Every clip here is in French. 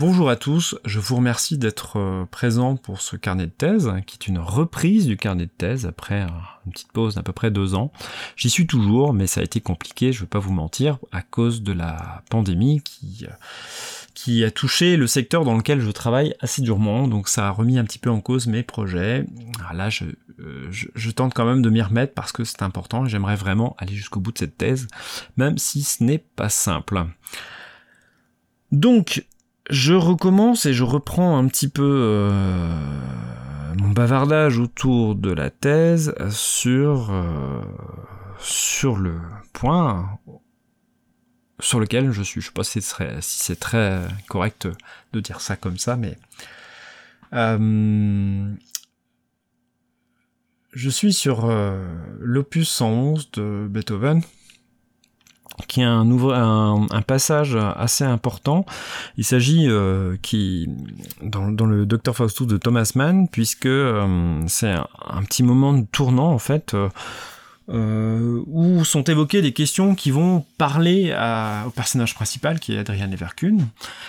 Bonjour à tous, je vous remercie d'être présent pour ce carnet de thèse, qui est une reprise du carnet de thèse après une petite pause d'à peu près 2 ans. J'y suis toujours, mais ça a été compliqué, je ne vais pas vous mentir, à cause de la pandémie qui a touché le secteur dans lequel je travaille assez durement, donc ça a remis un petit peu en cause mes projets. Alors là, je tente quand même de m'y remettre parce que c'est important, et j'aimerais vraiment aller jusqu'au bout de cette thèse, même si ce n'est pas simple. Donc, je recommence et je reprends un petit peu mon bavardage autour de la thèse sur le point sur lequel je suis. Je sais pas si c'est très correct de dire ça comme ça, mais je suis sur l'opus 111 de Beethoven, qui est un passage assez important. Il s'agit dans le Dr Faustus de Thomas Mann, puisque c'est un petit moment de tournant en fait, où sont évoquées des questions qui vont parler au personnage principal, qui est Adrian Leverkühn.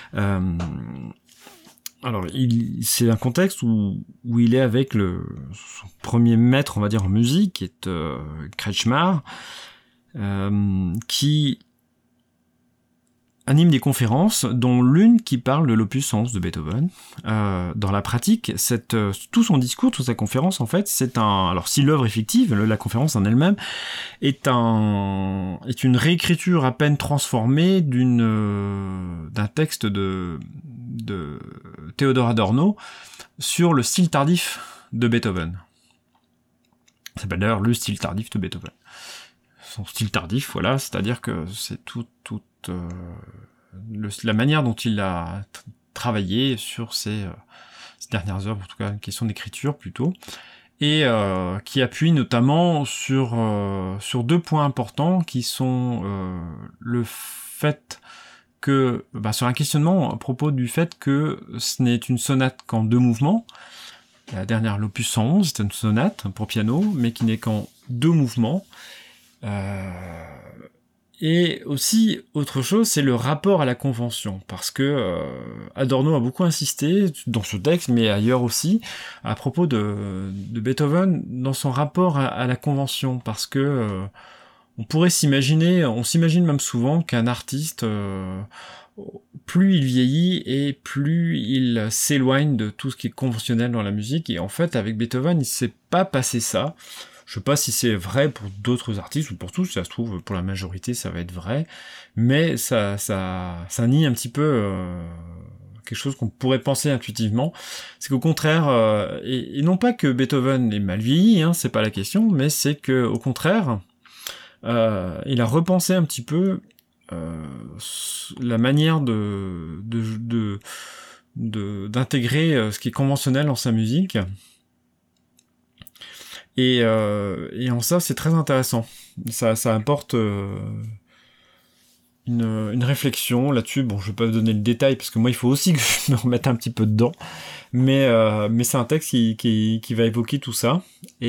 Alors, c'est un contexte où il est avec son premier maître, on va dire, en musique, qui est Kretschmar, qui anime des conférences, dont l'une qui parle de l'opus 111 de Beethoven. Dans la pratique, tout son discours, toute sa conférence, en fait, alors si l'œuvre est fictive, la conférence en elle-même est une réécriture à peine transformée d'un texte de Theodor Adorno sur le style tardif de Beethoven. Ça s'appelle d'ailleurs le style tardif de Beethoven. Son style tardif, voilà, c'est-à-dire que c'est la manière dont il a travaillé sur ces dernières œuvres, en tout cas une question d'écriture plutôt, et qui appuie notamment sur 2 points importants qui sont le fait que, sur un questionnement à propos du fait que ce n'est une sonate qu'en 2 mouvements. La dernière, l'opus 111, c'est une sonate pour piano, mais qui n'est qu'en 2 mouvements. Et aussi, autre chose, c'est le rapport à la convention, parce que Adorno a beaucoup insisté dans ce texte, mais ailleurs aussi, à propos de Beethoven, dans son rapport à la convention, parce que on s'imagine même souvent qu'un artiste, plus il vieillit et plus il s'éloigne de tout ce qui est conventionnel dans la musique, et en fait, avec Beethoven, il s'est pas passé ça. Je sais pas si c'est vrai pour d'autres artistes ou pour tous, ça se trouve, pour la majorité, ça va être vrai, mais ça nie un petit peu quelque chose qu'on pourrait penser intuitivement. C'est qu'au contraire, et non pas que Beethoven ait mal vieilli, hein, c'est pas la question, mais c'est que au contraire, il a repensé un petit peu la manière d'intégrer ce qui est conventionnel dans sa musique. Et en ça, c'est très intéressant. Ça apporte une réflexion là-dessus. Bon, je vais pas vous donner le détail, parce que moi, il faut aussi que je me remette un petit peu dedans. Mais c'est un texte qui va évoquer tout ça.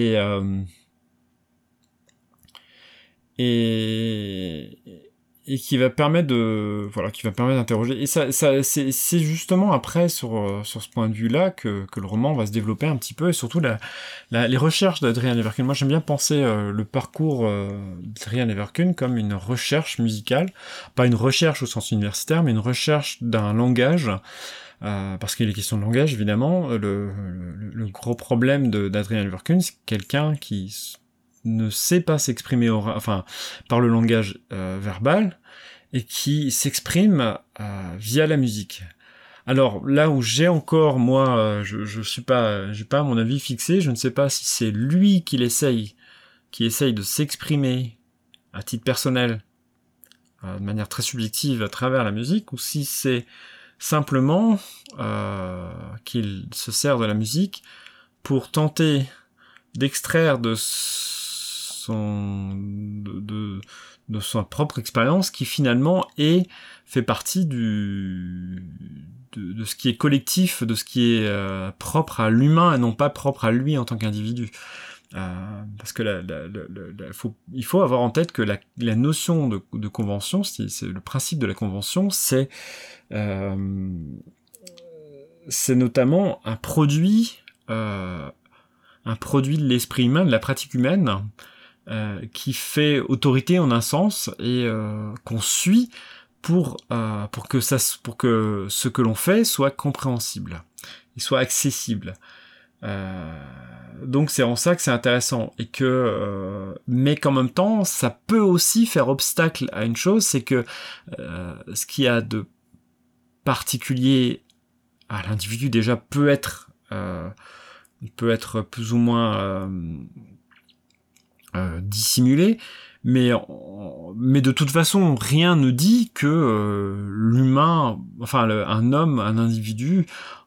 Et qui va permettre d'interroger. Et ça c'est justement après sur ce point de vue-là que le roman va se développer un petit peu, et surtout les recherches d'Adrian Leverkühn. Moi, j'aime bien penser le parcours d'Adrian Leverkühn comme une recherche musicale, pas une recherche au sens universitaire, mais une recherche d'un langage, parce qu'il est question de langage, évidemment. Le gros problème d'Adrian Leverkühn, c'est quelqu'un qui ne sait pas s'exprimer par le langage verbal, et qui s'exprime via la musique. Alors là où j'ai encore, moi, j'ai pas mon avis fixé, je ne sais pas si c'est lui qui essaye de s'exprimer à titre personnel, de manière très subjective à travers la musique, ou si c'est simplement qu'il se sert de la musique pour tenter d'extraire de sa propre expérience, qui finalement fait partie de ce qui est collectif, de ce qui est propre à l'humain et non pas propre à lui en tant qu'individu. Parce que il faut avoir en tête que la notion de convention, c'est le principe de la convention, c'est c'est notamment un produit de l'esprit humain, de la pratique humaine, qui fait autorité en un sens et qu'on suit pour que ce que l'on fait soit compréhensible, et soit accessible. Donc c'est en ça que c'est intéressant et que mais qu'en même temps ça peut aussi faire obstacle à une chose, c'est que ce qu'il y a de particulier à l'individu déjà peut être plus ou moins dissimulé, mais de toute façon rien ne dit que l'humain, enfin un homme, un individu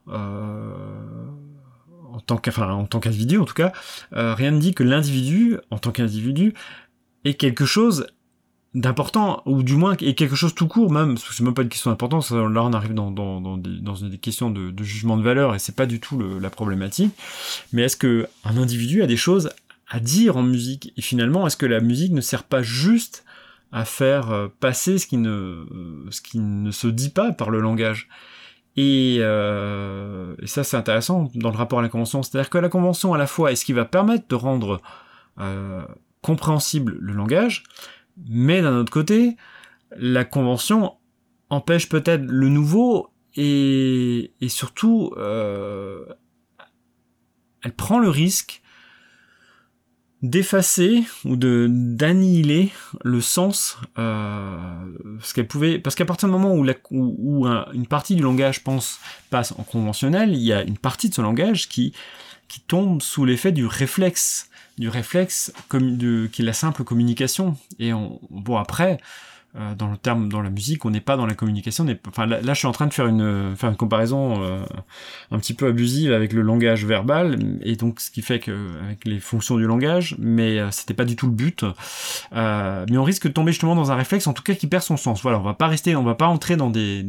en tant qu'individu en tout cas, rien ne dit que l'individu en tant qu'individu est quelque chose d'important, ou du moins est quelque chose tout court même, parce que c'est même pas une question d'importance, là on arrive dans des questions de jugement de valeur, et c'est pas du tout la problématique, mais est-ce que un individu a des choses à dire en musique, et finalement est-ce que la musique ne sert pas juste à faire passer ce qui ne se dit pas par le langage? Et ça c'est intéressant dans le rapport à la convention, c'est-à-dire que la convention à la fois est ce qui va permettre de rendre compréhensible le langage, mais d'un autre côté, la convention empêche peut-être le nouveau et surtout elle prend le risque d'effacer ou d'annihiler le sens parce qu'à partir du moment où une partie du langage passe en conventionnel, il y a une partie de ce langage qui tombe sous l'effet du réflexe qui est la simple communication. Et bon après dans la musique, on n'est pas dans la communication, là je suis en train de faire une comparaison un petit peu abusive avec le langage verbal, et donc ce qui fait que avec les fonctions du langage, mais c'était pas du tout le but. Mais on risque de tomber justement dans un réflexe, en tout cas qui perd son sens. Voilà, on va pas entrer dans des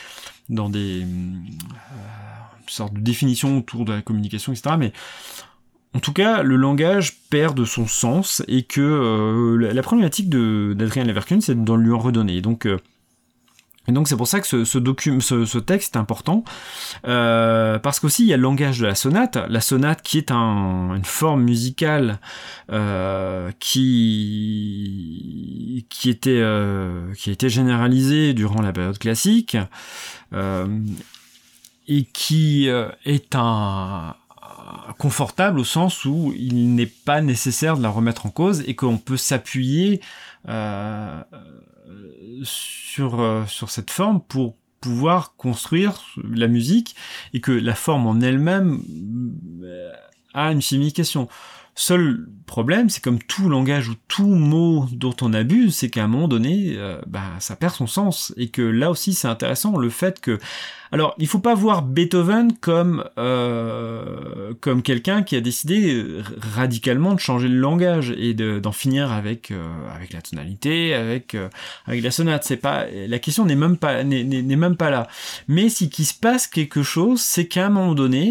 sortes de définitions autour de la communication, etc. Mais en tout cas, le langage perd de son sens, et que la problématique d'Adrien Leverkusen, c'est de lui en redonner. Et donc c'est pour ça que ce texte est important, parce qu'aussi il y a le langage de la sonate qui est une forme musicale qui a été généralisée durant la période classique, et qui est confortable au sens où il n'est pas nécessaire de la remettre en cause, et qu'on peut s'appuyer sur cette forme pour pouvoir construire la musique, et que la forme en elle-même a une signification. Seul problème, c'est comme tout langage ou tout mot dont on abuse, c'est qu'à un moment donné, ça perd son sens, et que là aussi c'est intéressant le fait que... Alors, il faut pas voir Beethoven comme quelqu'un qui a décidé radicalement de changer le langage et d'en finir avec la tonalité, avec la sonate. C'est pas, la question n'est même pas là. Mais si qu'il se passe quelque chose, c'est qu'à un moment donné,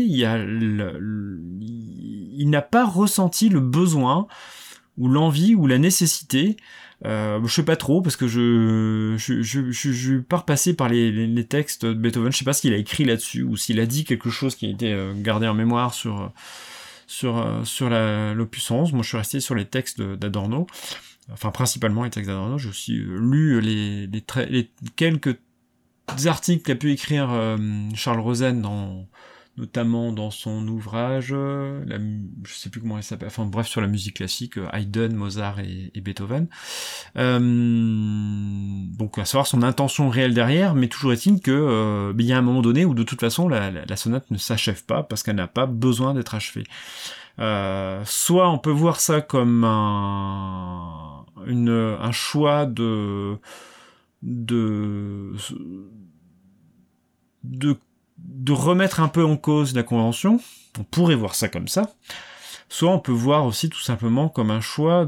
il n'a pas ressenti le besoin ou l'envie ou la nécessité. Je sais pas trop, parce que je suis pas repassé par les textes de Beethoven. Je sais pas s'il a écrit là-dessus, ou s'il a dit quelque chose qui a été gardé en mémoire sur l'opus 11. Moi je suis resté sur les textes d'Adorno, enfin principalement les textes d'Adorno. J'ai aussi lu les quelques articles qu'a pu écrire Charles Rosen notamment dans son ouvrage, je sais plus comment il s'appelle, enfin bref, sur la musique classique, Haydn, Mozart et Beethoven. Donc à savoir son intention réelle derrière, mais toujours est-il que il y a un moment donné où de toute façon la sonate ne s'achève pas, parce qu'elle n'a pas besoin d'être achevée. Soit on peut voir ça comme un choix de remettre un peu en cause la convention, on pourrait voir ça comme ça, soit on peut voir aussi tout simplement comme un choix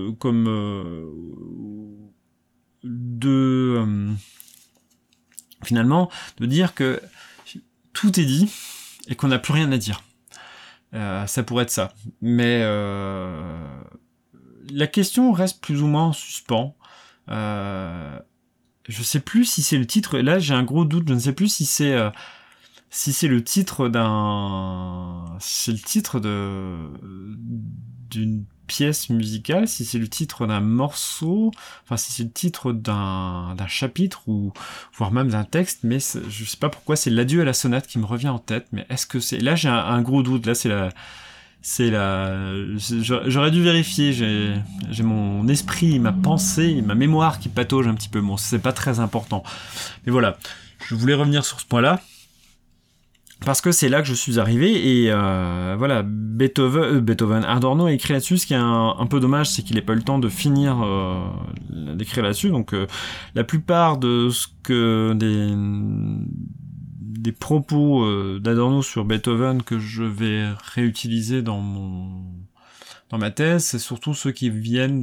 finalement de dire que tout est dit et qu'on n'a plus rien à dire. Ça pourrait être ça, mais la question reste plus ou moins en suspens. Je sais plus si c'est le titre, là j'ai un gros doute, je ne sais plus si c'est si c'est le titre d'une pièce musicale, si c'est le titre d'un morceau, enfin si c'est le titre d'un chapitre ou voire même d'un texte, mais je sais pas pourquoi c'est l'adieu à la sonate qui me revient en tête, mais est-ce que c'est... Là j'ai un gros doute, là j'aurais dû vérifier, j'ai mon esprit, ma pensée, ma mémoire qui patauge un petit peu, bon c'est pas très important, mais voilà, je voulais revenir sur ce point-là, parce que c'est là que je suis arrivé, et voilà, Adorno a écrit là-dessus. Ce qui est un peu dommage, c'est qu'il n'ait pas eu le temps de finir d'écrire là-dessus, donc la plupart de ce que des propos d'Adorno sur Beethoven que je vais réutiliser dans ma thèse, c'est surtout ceux qui viennent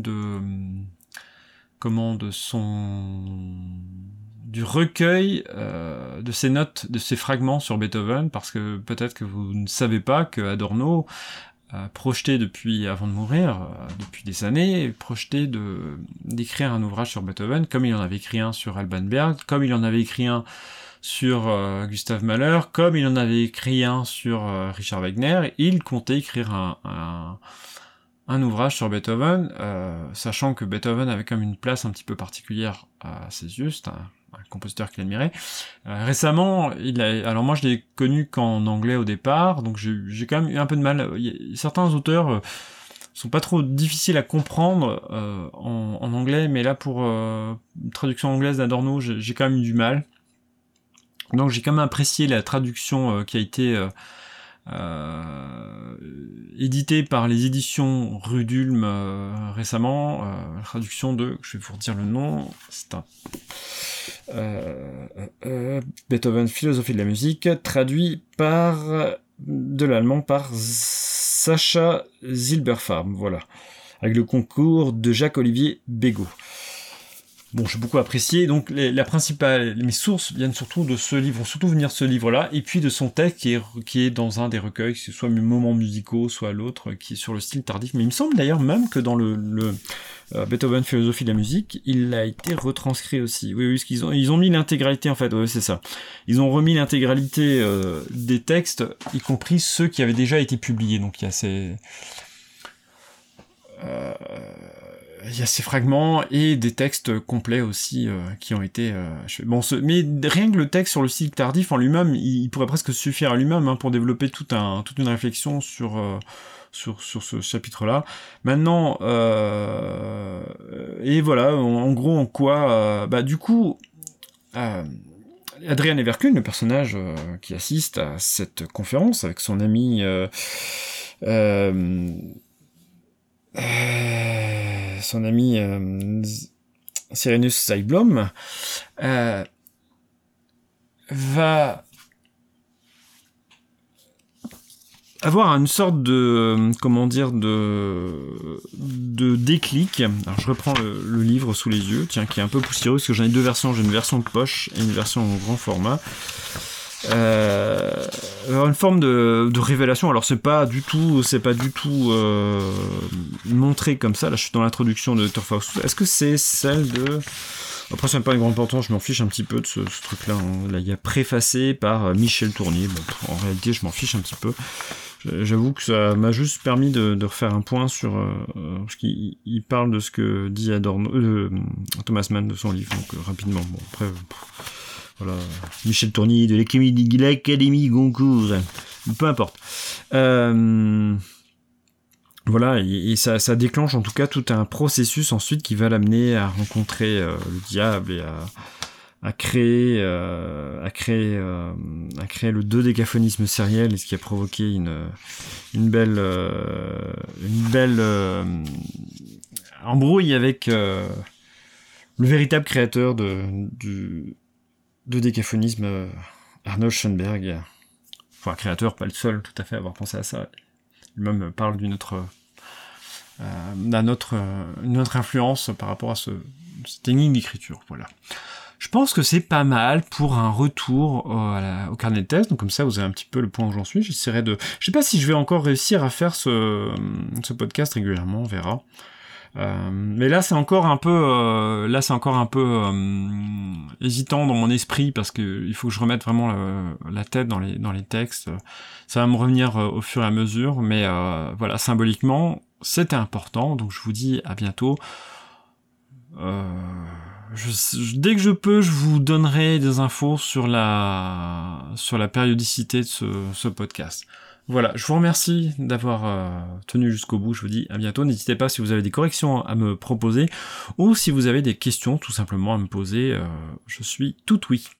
du recueil de ses notes, de ses fragments sur Beethoven, parce que peut-être que vous ne savez pas que Adorno projetait depuis avant de mourir, depuis des années, projetait d'écrire un ouvrage sur Beethoven, comme il en avait écrit un sur Alban Berg, comme il en avait écrit un sur Gustav Mahler, comme il en avait écrit un sur Richard Wagner. Il comptait écrire un ouvrage sur Beethoven, sachant que Beethoven avait comme une place un petit peu particulière à ses yeux, c'est un compositeur qu'il admirait. Récemment, alors moi je l'ai connu qu'en anglais au départ, donc j'ai quand même eu un peu de mal. Certains auteurs sont pas trop difficiles à comprendre en anglais, mais là pour une traduction anglaise d'Adorno, j'ai quand même eu du mal. Donc j'ai quand même apprécié la traduction qui a été édité par les éditions Rudulm récemment, la traduction de, je vais vous redire le nom, c'est un Beethoven, philosophie de la musique, traduit de l'allemand par Sacha Zilberfarb, voilà, avec le concours de Jacques-Olivier Bégaud. Bon, j'ai beaucoup apprécié, donc mes sources viennent surtout de ce livre, vont surtout venir de ce livre-là, et puis de son texte qui est dans un des recueils, que ce soit Moments musicaux, soit l'autre, qui est sur le style tardif, mais il me semble d'ailleurs même que dans le Beethoven, philosophie de la musique, il a été retranscrit aussi. Oui, parce ils ont mis l'intégralité, en fait, ouais, c'est ça. Ils ont remis l'intégralité des textes, y compris ceux qui avaient déjà été publiés, donc il y a ces fragments et des textes complets aussi qui ont été... mais rien que le texte sur le style tardif en lui-même, il pourrait presque suffire à lui-même pour développer toute une réflexion sur ce chapitre-là. Maintenant, et voilà, en gros, en quoi... du coup... Adrian Everkuhn, le personnage qui assiste à cette conférence avec son ami... son ami Sirenus Seiblom va avoir une sorte de déclic. Alors je reprends le livre sous les yeux, qui est un peu poussiéreux parce que j'en ai deux versions, j'ai une version de poche et une version en grand format. Une forme de révélation. Alors c'est pas du tout montré comme ça. Là je suis dans l'introduction de Dr Faust. Est-ce que c'est celle de... Après ça n'a pas une grande importance, je m'en fiche un petit peu de ce truc là. Là il y a préfacé par Michel Tournier. Bon, en réalité je m'en fiche un petit peu. J'avoue que ça m'a juste permis de refaire un point sur parce qu'il parle de ce que dit Thomas Mann de son livre, donc rapidement. Bon après voilà, Michel Tournier de l'Académie Goncourt, peu importe. Voilà, et ça déclenche en tout cas tout un processus ensuite qui va l'amener à rencontrer le diable et à créer le dodécaphonisme sériel, et ce qui a provoqué une belle embrouille avec le véritable créateur de décaphonisme, Arnold Schoenberg, enfin créateur, pas le seul tout à fait à avoir pensé à ça. Lui-même parle d'une autre influence par rapport à cette énigme d'écriture. Voilà. Je pense que c'est pas mal pour un retour au carnet de thèse, donc comme ça vous avez un petit peu le point où j'en suis. Je sais pas si je vais encore réussir à faire ce podcast régulièrement, on verra. Mais là c'est encore un peu hésitant dans mon esprit parce que il faut que je remette vraiment la tête dans les textes. Ça va me revenir au fur et à mesure, mais voilà, symboliquement c'était important, donc je vous dis à bientôt. Dès que je peux, je vous donnerai des infos sur la périodicité de ce podcast. Voilà, je vous remercie d'avoir tenu jusqu'au bout, je vous dis à bientôt. N'hésitez pas si vous avez des corrections à me proposer ou si vous avez des questions tout simplement à me poser, je suis tout oui.